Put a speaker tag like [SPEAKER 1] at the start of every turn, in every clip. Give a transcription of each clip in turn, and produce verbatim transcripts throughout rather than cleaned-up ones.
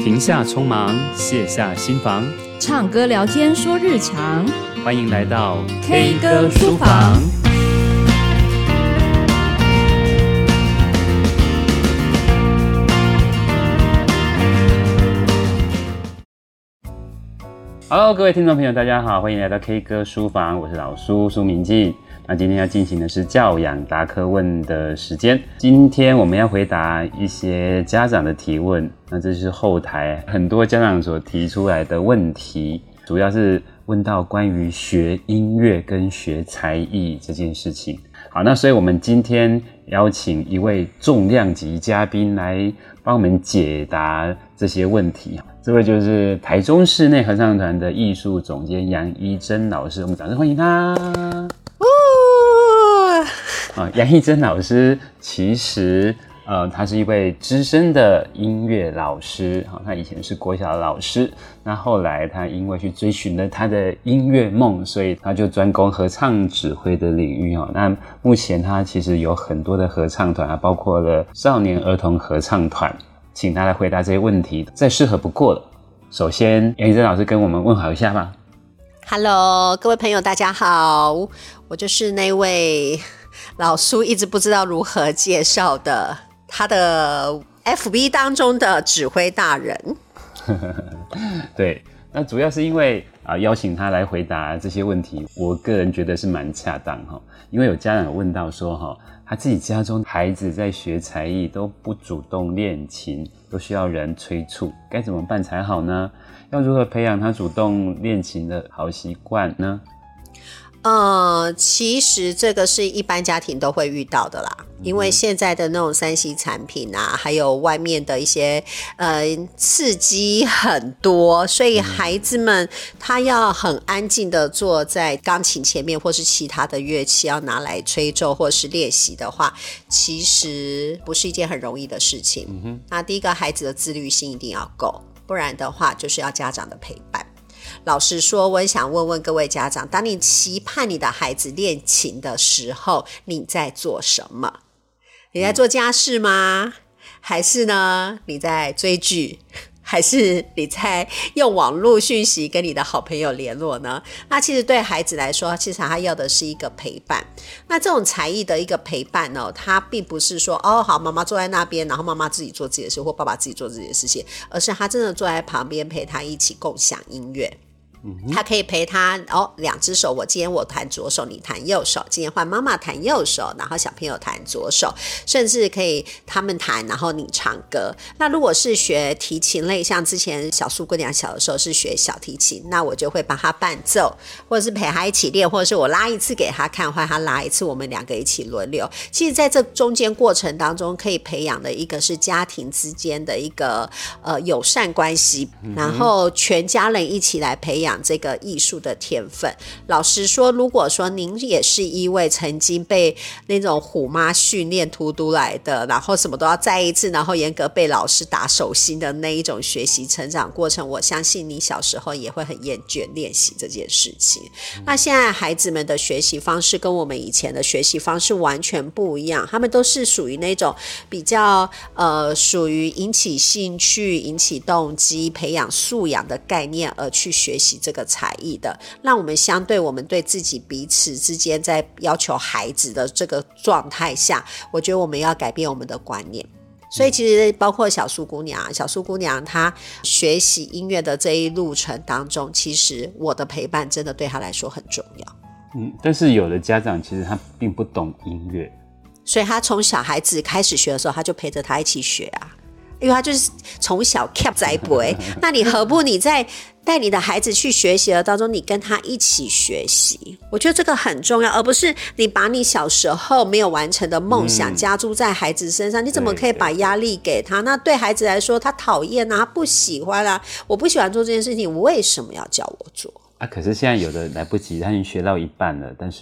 [SPEAKER 1] 停下匆忙，卸下心防，
[SPEAKER 2] 唱歌聊天说日常，
[SPEAKER 1] 欢迎来到
[SPEAKER 2] K 歌书房。
[SPEAKER 1] Hello， 各位听众朋友，大家好，欢迎来到 K 歌书房，我是老苏苏明记。那今天要进行的是教养答科问的时间。今天我们要回答一些家长的提问，那这是后台很多家长所提出来的问题，主要是问到关于学音乐跟学才艺这件事情。好，那所以我们今天邀请一位重量级嘉宾来帮我们解答这些问题。这位就是台中室内合唱团的艺术总监杨一珍老师，我们掌声欢迎他。啊，杨一珍老师其实呃，他是一位资深的音乐老师，他以前是国小的老师，那后来他因为去追寻了他的音乐梦，所以他就专攻合唱指挥的领域。那目前他其实有很多的合唱团，包括了少年儿童合唱团，请他来回答这些问题，再适合不过了。首先，杨一珍老师跟我们问好一下吧。
[SPEAKER 3] Hello， 各位朋友大家好，我就是那位老苏一直不知道如何介绍的他的 F B 当中的指挥大人。
[SPEAKER 1] 对，那主要是因为、呃、邀请他来回答这些问题，我个人觉得是蛮恰当，因为有家长有问到说他自己家中孩子在学才艺都不主动练琴，都需要人催促，该怎么办才好呢？要如何培养他主动练琴的好习惯呢？
[SPEAKER 3] 呃，其实这个是一般家庭都会遇到的啦，因为现在的那种 三 C 产品啊，还有外面的一些呃刺激很多，所以孩子们他要很安静的坐在钢琴前面，或是其他的乐器要拿来吹奏或是练习的话，其实不是一件很容易的事情。嗯哼，那第一个，孩子的自律性一定要够，不然的话就是要家长的陪伴。老实说，我很想问问各位家长，当你期盼你的孩子练琴的时候，你在做什么？你在做家事吗？还是呢你在追剧？还是你在用网络讯息跟你的好朋友联络呢？那其实对孩子来说，其实他要的是一个陪伴。那这种才艺的一个陪伴呢，他并不是说哦好，妈妈坐在那边，然后妈妈自己做自己的事，或爸爸自己做自己的事情，而是他真的坐在旁边陪他一起共享音乐。他可以陪他哦，两只手，我今天我弹左手，你弹右手，今天换妈妈弹右手，然后小朋友弹左手，甚至可以他们弹，然后你唱歌。那如果是学提琴类，像之前小苏姑娘小的时候是学小提琴，那我就会帮他伴奏，或者是陪他一起练，或者是我拉一次给他看，或者他拉一次，我们两个一起轮流。其实在这中间过程当中，可以培养的一个是家庭之间的一个呃友善关系，然后全家人一起来培养这个艺术的天分。老实说，如果说您也是一位曾经被那种虎妈训练荼毒来的，然后什么都要再一次，然后严格被老师打手心的那一种学习成长过程，我相信你小时候也会很厌倦练习这件事情。那现在孩子们的学习方式跟我们以前的学习方式完全不一样，他们都是属于那种比较呃属于引起兴趣、引起动机、培养素养的概念而去学习这个才艺的，让我们相对我们对自己彼此之间在要求孩子的这个状态下，我觉得我们要改变我们的观念。所以其实包括小苏姑娘小苏姑娘她学习音乐的这一路程当中，其实我的陪伴真的对她来说很重要。
[SPEAKER 1] 嗯，但是有的家长其实他并不懂音乐，
[SPEAKER 3] 所以他从小孩子开始学的时候，他就陪着他一起学啊，因为他就是从小 keep 栽培。那你何不你在带你的孩子去学习的当中，你跟他一起学习，我觉得这个很重要，而不是你把你小时候没有完成的梦想加注在孩子身上、嗯、你怎么可以把压力给他？那对孩子来说，他讨厌啊，他不喜欢啊，我不喜欢做这件事情，为什么要叫我做啊？
[SPEAKER 1] 可是现在有的来不及，他已经学到一半了，但是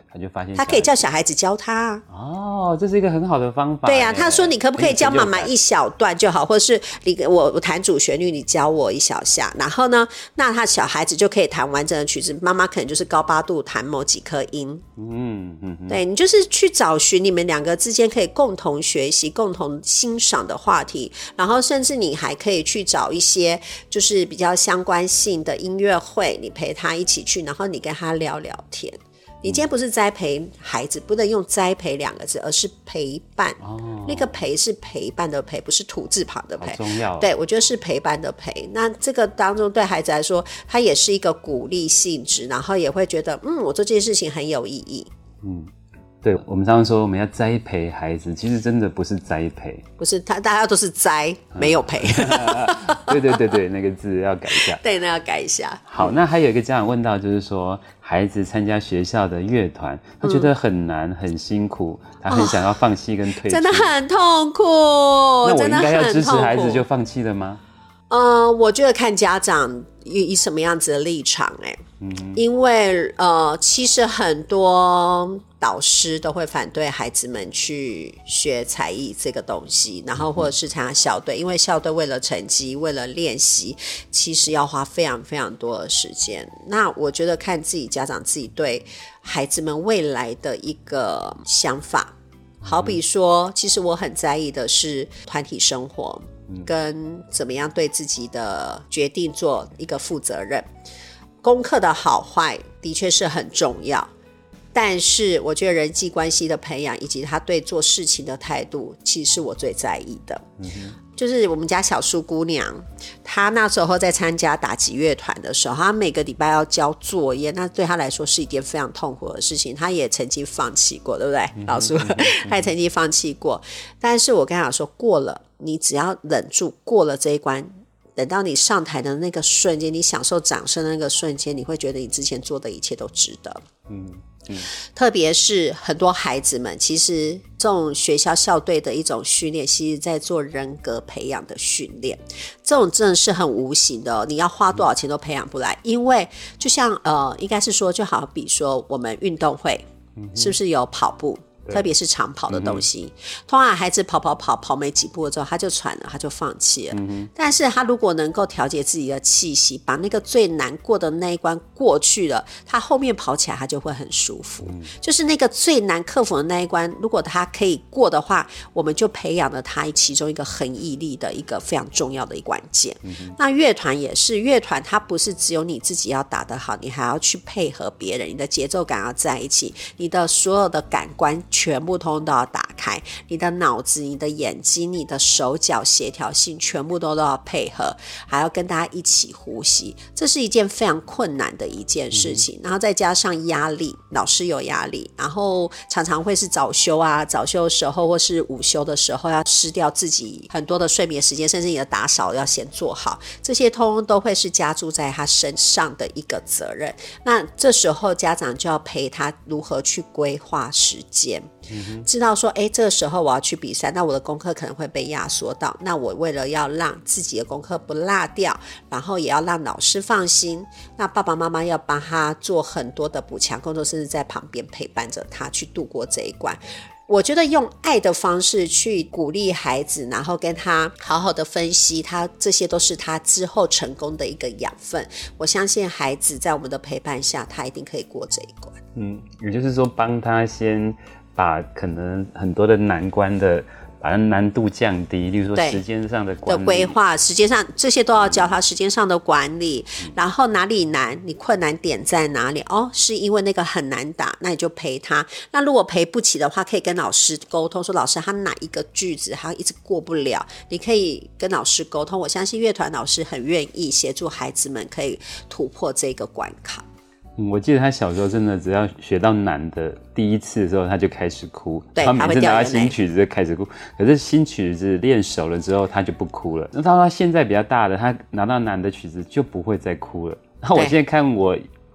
[SPEAKER 1] 他就发现
[SPEAKER 3] 他可以叫小孩子教他。
[SPEAKER 1] 哦，这是一个很好的方法。
[SPEAKER 3] 对呀、啊，他说你可不可以教妈妈一小段就好，或者是你我我弹主旋律，你教我一小下，然后呢，那他小孩子就可以弹完整的曲子，妈妈可能就是高八度弹某几颗音。嗯嗯嗯，对，你就是去找寻你们两个之间可以共同学习、共同欣赏的话题，然后甚至你还可以去找一些就是比较相关性的音乐会，你陪他一起去，然后你跟他聊聊天。你今天不是栽培孩子，不能用栽培两个字，而是陪伴。哦，那个陪是陪伴的陪，不是土字旁的陪。
[SPEAKER 1] 好重要。
[SPEAKER 3] 对，我觉得是陪伴的陪。那这个当中对孩子来说，他也是一个鼓励性质，然后也会觉得，嗯，我做这件事情很有意义。
[SPEAKER 1] 嗯。对，我们常常说我们要栽培孩子，其实真的不是栽培，
[SPEAKER 3] 不是他，大家都是栽，没有培。
[SPEAKER 1] 对对对对，那个字要改一下。
[SPEAKER 3] 对，那要改一下。
[SPEAKER 1] 好，那还有一个家长问到，就是说孩子参加学校的乐团，他觉得很难、嗯、很辛苦，他很想要放弃跟退出、哦，
[SPEAKER 3] 真的很痛苦。
[SPEAKER 1] 那我应该要支持孩子就放弃了吗？
[SPEAKER 3] 呃，我觉得看家长以以什么样子的立场、欸，嗯，因为呃，其实很多导师都会反对孩子们去学才艺这个东西，然后或者是参加校队，因为校队为了成绩、为了练习，其实要花非常非常多的时间。那我觉得看自己家长自己对孩子们未来的一个想法，好比说，其实我很在意的是团体生活。跟怎么样对自己的决定做一个负责任，功课的好坏的确是很重要，但是我觉得人际关系的培养以及他对做事情的态度，其实是我最在意的。嗯哼，就是我们家小树姑娘，她那时候在参加打击乐团的时候，她每个礼拜要交作业，那对她来说是一件非常痛苦的事情。她也曾经放弃过，对不对，嗯、老苏？她也曾经放弃过，但是我跟她说，过了，你只要忍住，过了这一关，等到你上台的那个瞬间，你享受掌声的那个瞬间，你会觉得你之前做的一切都值得。嗯。嗯、特别是很多孩子们，其实这种学校校队的一种训练，其实在做人格培养的训练，这种真的是很无形的、哦、你要花多少钱都培养不来。因为就像呃，应该是说，就好比说我们运动会、嗯、是不是有跑步，特别是长跑的东西、嗯、通常孩子跑跑跑跑没几步之后他就喘了，他就放弃了、嗯、但是他如果能够调节自己的气息，把那个最难过的那一关过去了，他后面跑起来他就会很舒服、嗯、就是那个最难克服的那一关，如果他可以过的话，我们就培养了他其中一个很毅力的一个非常重要的一关键、嗯、那乐团也是，乐团它不是只有你自己要打得好，你还要去配合别人，你的节奏感要在一起，你的所有的感官全部通都要打开，你的脑子、你的眼睛、你的手脚协调性全部都都要配合，还要跟大家一起呼吸，这是一件非常困难的一件事情、嗯、然后再加上压力，老师有压力，然后常常会是早休啊，早休的时候或是午休的时候要失掉自己很多的睡眠时间，甚至你的打扫要先做好，这些通通都会是加注在他身上的一个责任。那这时候家长就要陪他如何去规划时间、嗯、知道说诶这个时候我要去比赛，那我的功课可能会被压缩到，那我为了要让自己的功课不落掉，然后也要让老师放心，那爸爸妈妈要帮他做很多的补强工作，甚至在旁边陪伴着他去度过这一关。我觉得用爱的方式去鼓励孩子，然后跟他好好的分析他，这些都是他之后成功的一个养分。我相信孩子在我们的陪伴下，他一定可以过这一关。嗯，
[SPEAKER 1] 也就是说帮他先把可能很多的难关的把难度降低，例如说时间上的管理的
[SPEAKER 3] 规划，时间上这些都要教他时间上的管理、嗯、然后哪里难，你困难点在哪里，哦，是因为那个很难打，那你就陪他。那如果陪不起的话，可以跟老师沟通说，老师他哪一个句子他一直过不了，你可以跟老师沟通，我相信乐团老师很愿意协助孩子们可以突破这个关卡。
[SPEAKER 1] 嗯、我记得他小时候真的只要学到难的第一次的时候他就开始哭，
[SPEAKER 3] 对，
[SPEAKER 1] 他每次拿到新曲子就开始哭，可是新曲子练熟了之后他就不哭了，那到他现在比较大的，他拿到难的曲子就不会再哭了。然后我现在看我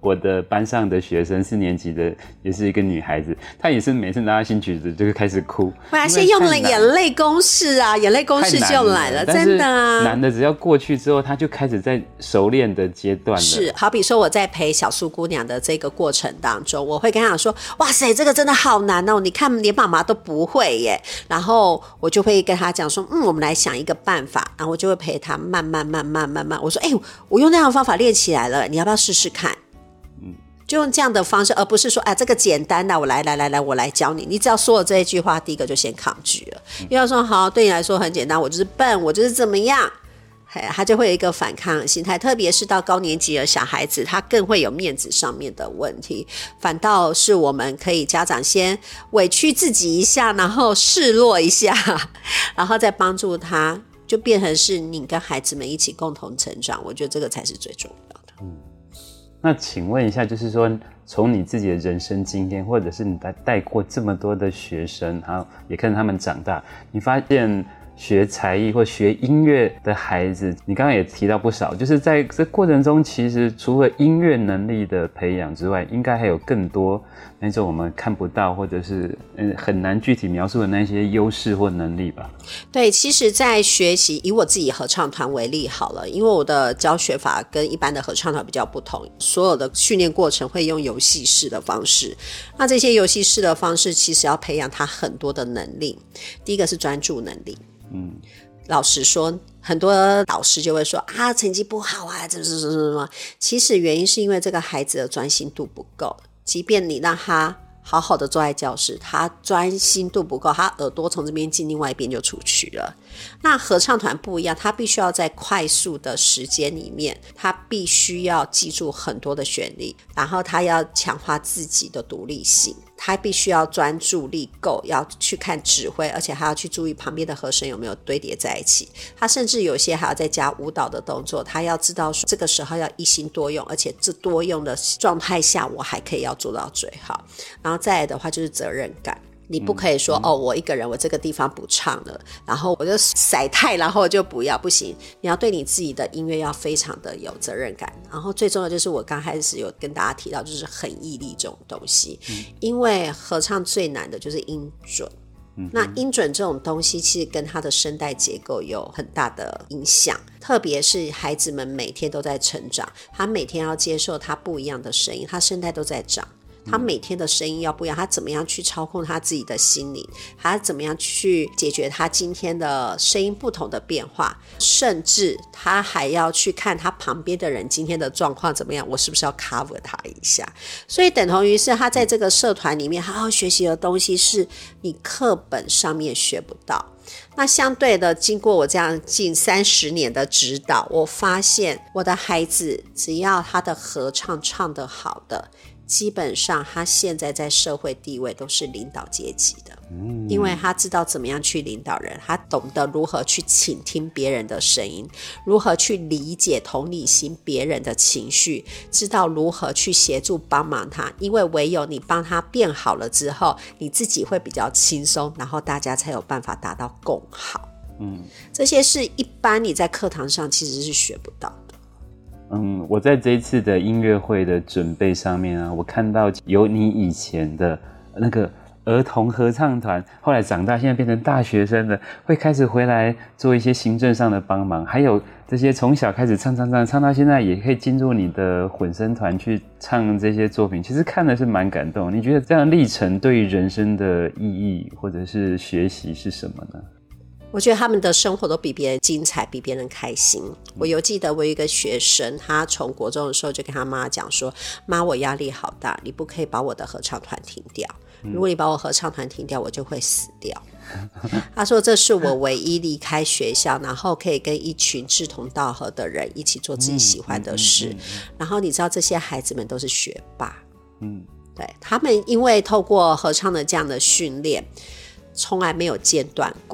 [SPEAKER 1] 我的班上的学生四年级的也是一个女孩子，她也是每次拿到新曲子就开始哭。
[SPEAKER 3] 对啊，先用了眼泪公式啊，眼泪公式就来了，真的啊。
[SPEAKER 1] 难的只要过去之后，她就开始在熟练的阶段了。
[SPEAKER 3] 是，好比说我在陪小苏姑娘的这个过程当中，我会跟她说，哇塞，这个真的好难哦，你看连妈妈都不会耶。然后我就会跟她讲说，嗯，我们来想一个办法，然后我就会陪她慢慢慢慢慢慢，我说，哎、欸，我用那样的方法练起来了，你要不要试试看？就用这样的方式，而不是说啊，这个简单的，我来来来来，我来教你。你只要说了这一句话，第一个就先抗拒了。因为要说好，对你来说很简单，我就是笨，我就是怎么样，他就会有一个反抗的心态。特别是到高年级的小孩子，他更会有面子上面的问题。反倒是我们可以家长先委屈自己一下，然后示弱一下，然后再帮助他，就变成是你跟孩子们一起共同成长。我觉得这个才是最重要的。
[SPEAKER 1] 嗯。那请问一下，就是说从你自己的人生经验，或者是你带过这么多的学生，然后也看着他们长大，你发现学才艺或学音乐的孩子，你刚刚也提到不少，就是在这过程中，其实除了音乐能力的培养之外，应该还有更多那种我们看不到或者是很难具体描述的那些优势或能力吧。
[SPEAKER 3] 对，其实在学习，以我自己合唱团为例好了，因为我的教学法跟一般的合唱团比较不同，所有的训练过程会用游戏式的方式。那这些游戏式的方式其实要培养他很多的能力。第一个是专注能力。嗯，老实说，很多老师就会说啊，成绩不好啊，怎么怎么怎么。其实原因是因为这个孩子的专心度不够，即便你让他好好的坐在教室，他专心度不够，他耳朵从这边进，另外一边就出去了。那合唱团不一样，他必须要在快速的时间里面，他必须要记住很多的旋律，然后他要强化自己的独立性，他必须要专注力够，要去看指挥，而且还要去注意旁边的和声有没有堆叠在一起。他甚至有些还要再加舞蹈的动作，他要知道说这个时候要一心多用，而且这多用的状态下我还可以要做到最好。然后再来的话就是责任感，你不可以说、嗯、哦，我一个人我这个地方不唱了，然后我就甩态，然后我就不要，不行，你要对你自己的音乐要非常的有责任感。然后最重要就是我刚开始有跟大家提到，就是很毅力这种东西、嗯、因为合唱最难的就是音准、嗯、那音准这种东西其实跟他的声带结构有很大的影响，特别是孩子们每天都在成长，他每天要接受他不一样的声音，他声带都在长，他每天的声音要不一样，他怎么样去操控他自己的心灵，他怎么样去解决他今天的声音不同的变化，甚至他还要去看他旁边的人今天的状况怎么样，我是不是要 cover 他一下。所以等同于是他在这个社团里面好好学习的东西是你课本上面学不到。那相对的，经过我这样近三十年的指导，我发现我的孩子只要他的合唱唱得好的，基本上他现在在社会地位都是领导阶级的、嗯、因为他知道怎么样去领导人，他懂得如何去倾听别人的声音，如何去理解同理心别人的情绪，知道如何去协助帮忙他，因为唯有你帮他变好了之后，你自己会比较轻松，然后大家才有办法达到共好、嗯、这些是一般你在课堂上其实是学不到的。
[SPEAKER 1] 嗯，我在这一次的音乐会的准备上面啊，我看到有你以前的那个儿童合唱团，后来长大现在变成大学生的，会开始回来做一些行政上的帮忙，还有这些从小开始唱唱唱唱到现在也可以进入你的混声团去唱这些作品，其实看的是蛮感动。你觉得这样的历程对于人生的意义或者是学习是什么呢？
[SPEAKER 3] 我觉得他们的生活都比别人精彩，比别人开心。我有记得我有一个学生，他从国中的时候就跟他妈讲说，妈，我压力好大，你不可以把我的合唱团停掉，如果你把我合唱团停掉，我就会死掉。他说这是我唯一离开学校，然后可以跟一群志同道合的人一起做自己喜欢的事、嗯嗯嗯嗯、然后你知道这些孩子们都是学霸、嗯、对，他们因为透过合唱的这样的训练从来没有间断过，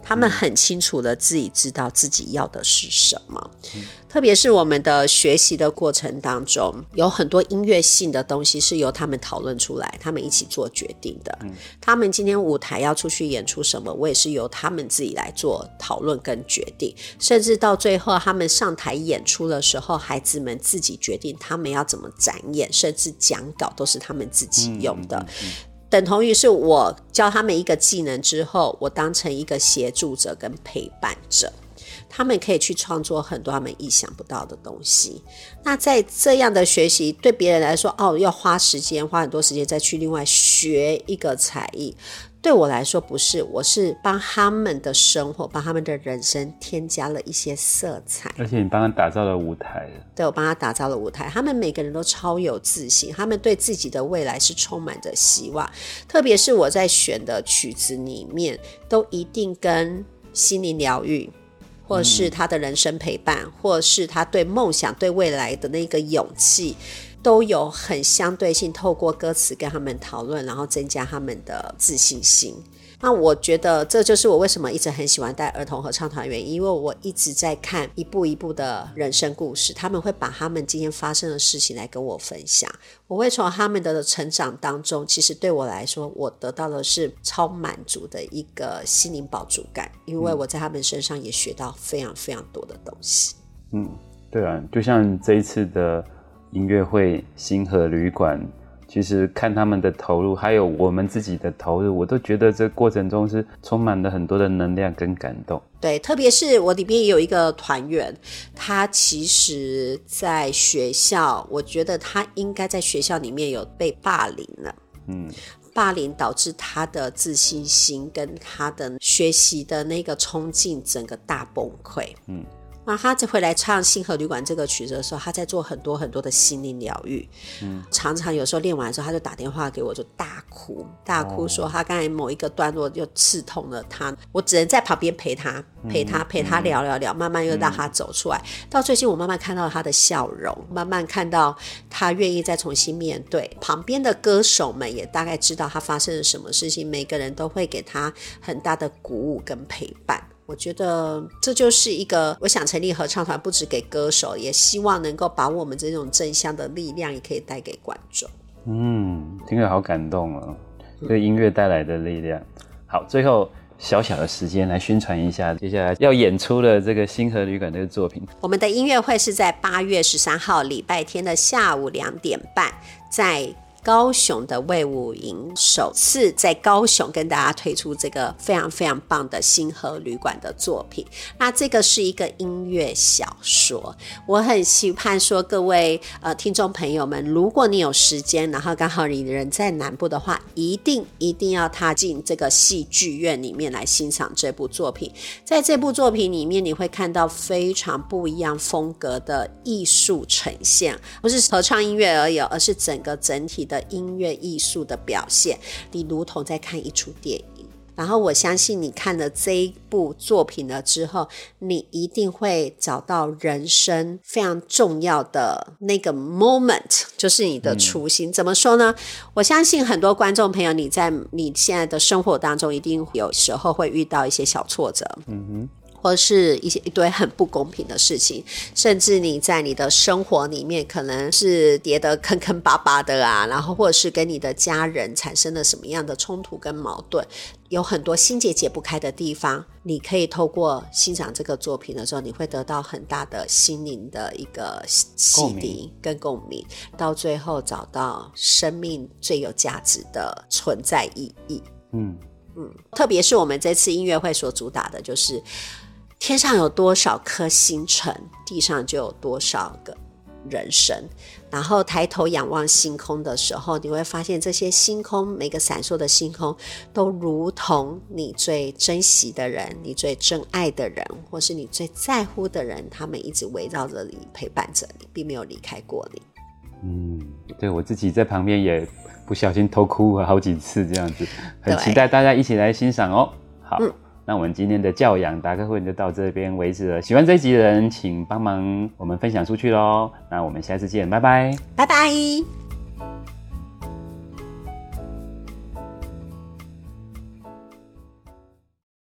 [SPEAKER 3] 他们很清楚的自己知道自己要的是什么。嗯，特别是我们的学习的过程当中，有很多音乐性的东西是由他们讨论出来，他们一起做决定的。嗯，他们今天舞台要出去演出什么，我也是由他们自己来做讨论跟决定，甚至到最后他们上台演出的时候，孩子们自己决定他们要怎么展演，甚至讲稿都是他们自己用的。嗯嗯嗯，等同于是我教他们一个技能之后，我当成一个协助者跟陪伴者，他们可以去创作很多他们意想不到的东西。那在这样的学习，对别人来说，哦，要花时间，花很多时间再去另外学一个才艺。对我来说不是，我是帮他们的生活，帮他们的人生添加了一些色彩。
[SPEAKER 1] 而且你帮他打造了舞台。
[SPEAKER 3] 对，我帮他打造了舞台。他们每个人都超有自信，他们对自己的未来是充满着希望。特别是我在选的曲子里面，都一定跟心灵疗愈，或是他的人生陪伴，嗯，或是他对梦想对未来的那个勇气，都有很相对性，透过歌词跟他们讨论，然后增加他们的自信心。那我觉得这就是我为什么一直很喜欢带儿童合唱团的原因，因为我一直在看一步一步的人生故事，他们会把他们今天发生的事情来跟我分享，我会从他们的成长当中，其实对我来说，我得到的是超满足的一个心灵饱足感，因为我在他们身上也学到非常非常多的东西。
[SPEAKER 1] 嗯，对啊，就像这一次的音乐会星河旅馆，其实看他们的投入还有我们自己的投入，我都觉得这过程中是充满了很多的能量跟感动。
[SPEAKER 3] 对，特别是我里面也有一个团员，他其实在学校，我觉得他应该在学校里面有被霸凌了。嗯，霸凌导致他的自信心跟他的学习的那个冲劲整个大崩溃。嗯，那他回来唱星河旅馆这个曲子的时候，他在做很多很多的心灵疗愈。嗯，常常有时候练完的时候，他就打电话给我，就大哭大哭说他刚才某一个段落又刺痛了他，我只能在旁边陪他陪他陪他聊聊聊，慢慢又让他走出来。到最近我慢慢看到他的笑容，慢慢看到他愿意再重新面对。旁边的歌手们也大概知道他发生了什么事情，每个人都会给他很大的鼓舞跟陪伴。我觉得这就是一个，我想成立合唱团不只给歌手，也希望能够把我们这种正向的力量也可以带给观众。
[SPEAKER 1] 嗯，听得好感动哦，对音乐带来的力量。好，最后小小的时间来宣传一下接下来要演出的这个星河旅馆这个作品。
[SPEAKER 3] 我们的音乐会是在八月十三号礼拜天的下午两点半，在高雄的卫武营首次在高雄跟大家推出这个非常非常棒的星河旅馆的作品。那这个是一个音乐小说，我很期盼说各位呃听众朋友们，如果你有时间，然后刚好你人在南部的话，一定一定要踏进这个戏剧院里面来欣赏这部作品。在这部作品里面，你会看到非常不一样风格的艺术呈现，不是合唱音乐而已，而是整个整体的音乐艺术的表现，你如同在看一出电影。然后我相信你看了这一部作品了之后，你一定会找到人生非常重要的那个 moment， 就是你的初心。嗯，怎么说呢？我相信很多观众朋友，你在你现在的生活当中一定有时候会遇到一些小挫折。嗯哼，或是一些一堆很不公平的事情，甚至你在你的生活里面可能是跌得坑坑巴巴的啊，然后或者是跟你的家人产生了什么样的冲突跟矛盾，有很多心结解不开的地方，你可以透过欣赏这个作品的时候，你会得到很大的心灵的一个洗涤跟共鸣，到最后找到生命最有价值的存在意义。嗯嗯，特别是我们这次音乐会所主打的就是天上有多少颗星辰，地上就有多少个人生。然后抬头仰望星空的时候，你会发现这些星空，每个闪烁的星空都如同你最珍惜的人，你最珍爱的人，或是你最在乎的人，他们一直围绕着你，陪伴着你，并没有离开过你。嗯，
[SPEAKER 1] 对，我自己在旁边也不小心偷哭了好几次这样子，很期待大家一起来欣赏哦。好，嗯，那我们今天的教养达克会就到这边为止了。喜欢这一集的人，请帮忙我们分享出去咯。那我们下次见，拜拜，
[SPEAKER 3] 拜拜。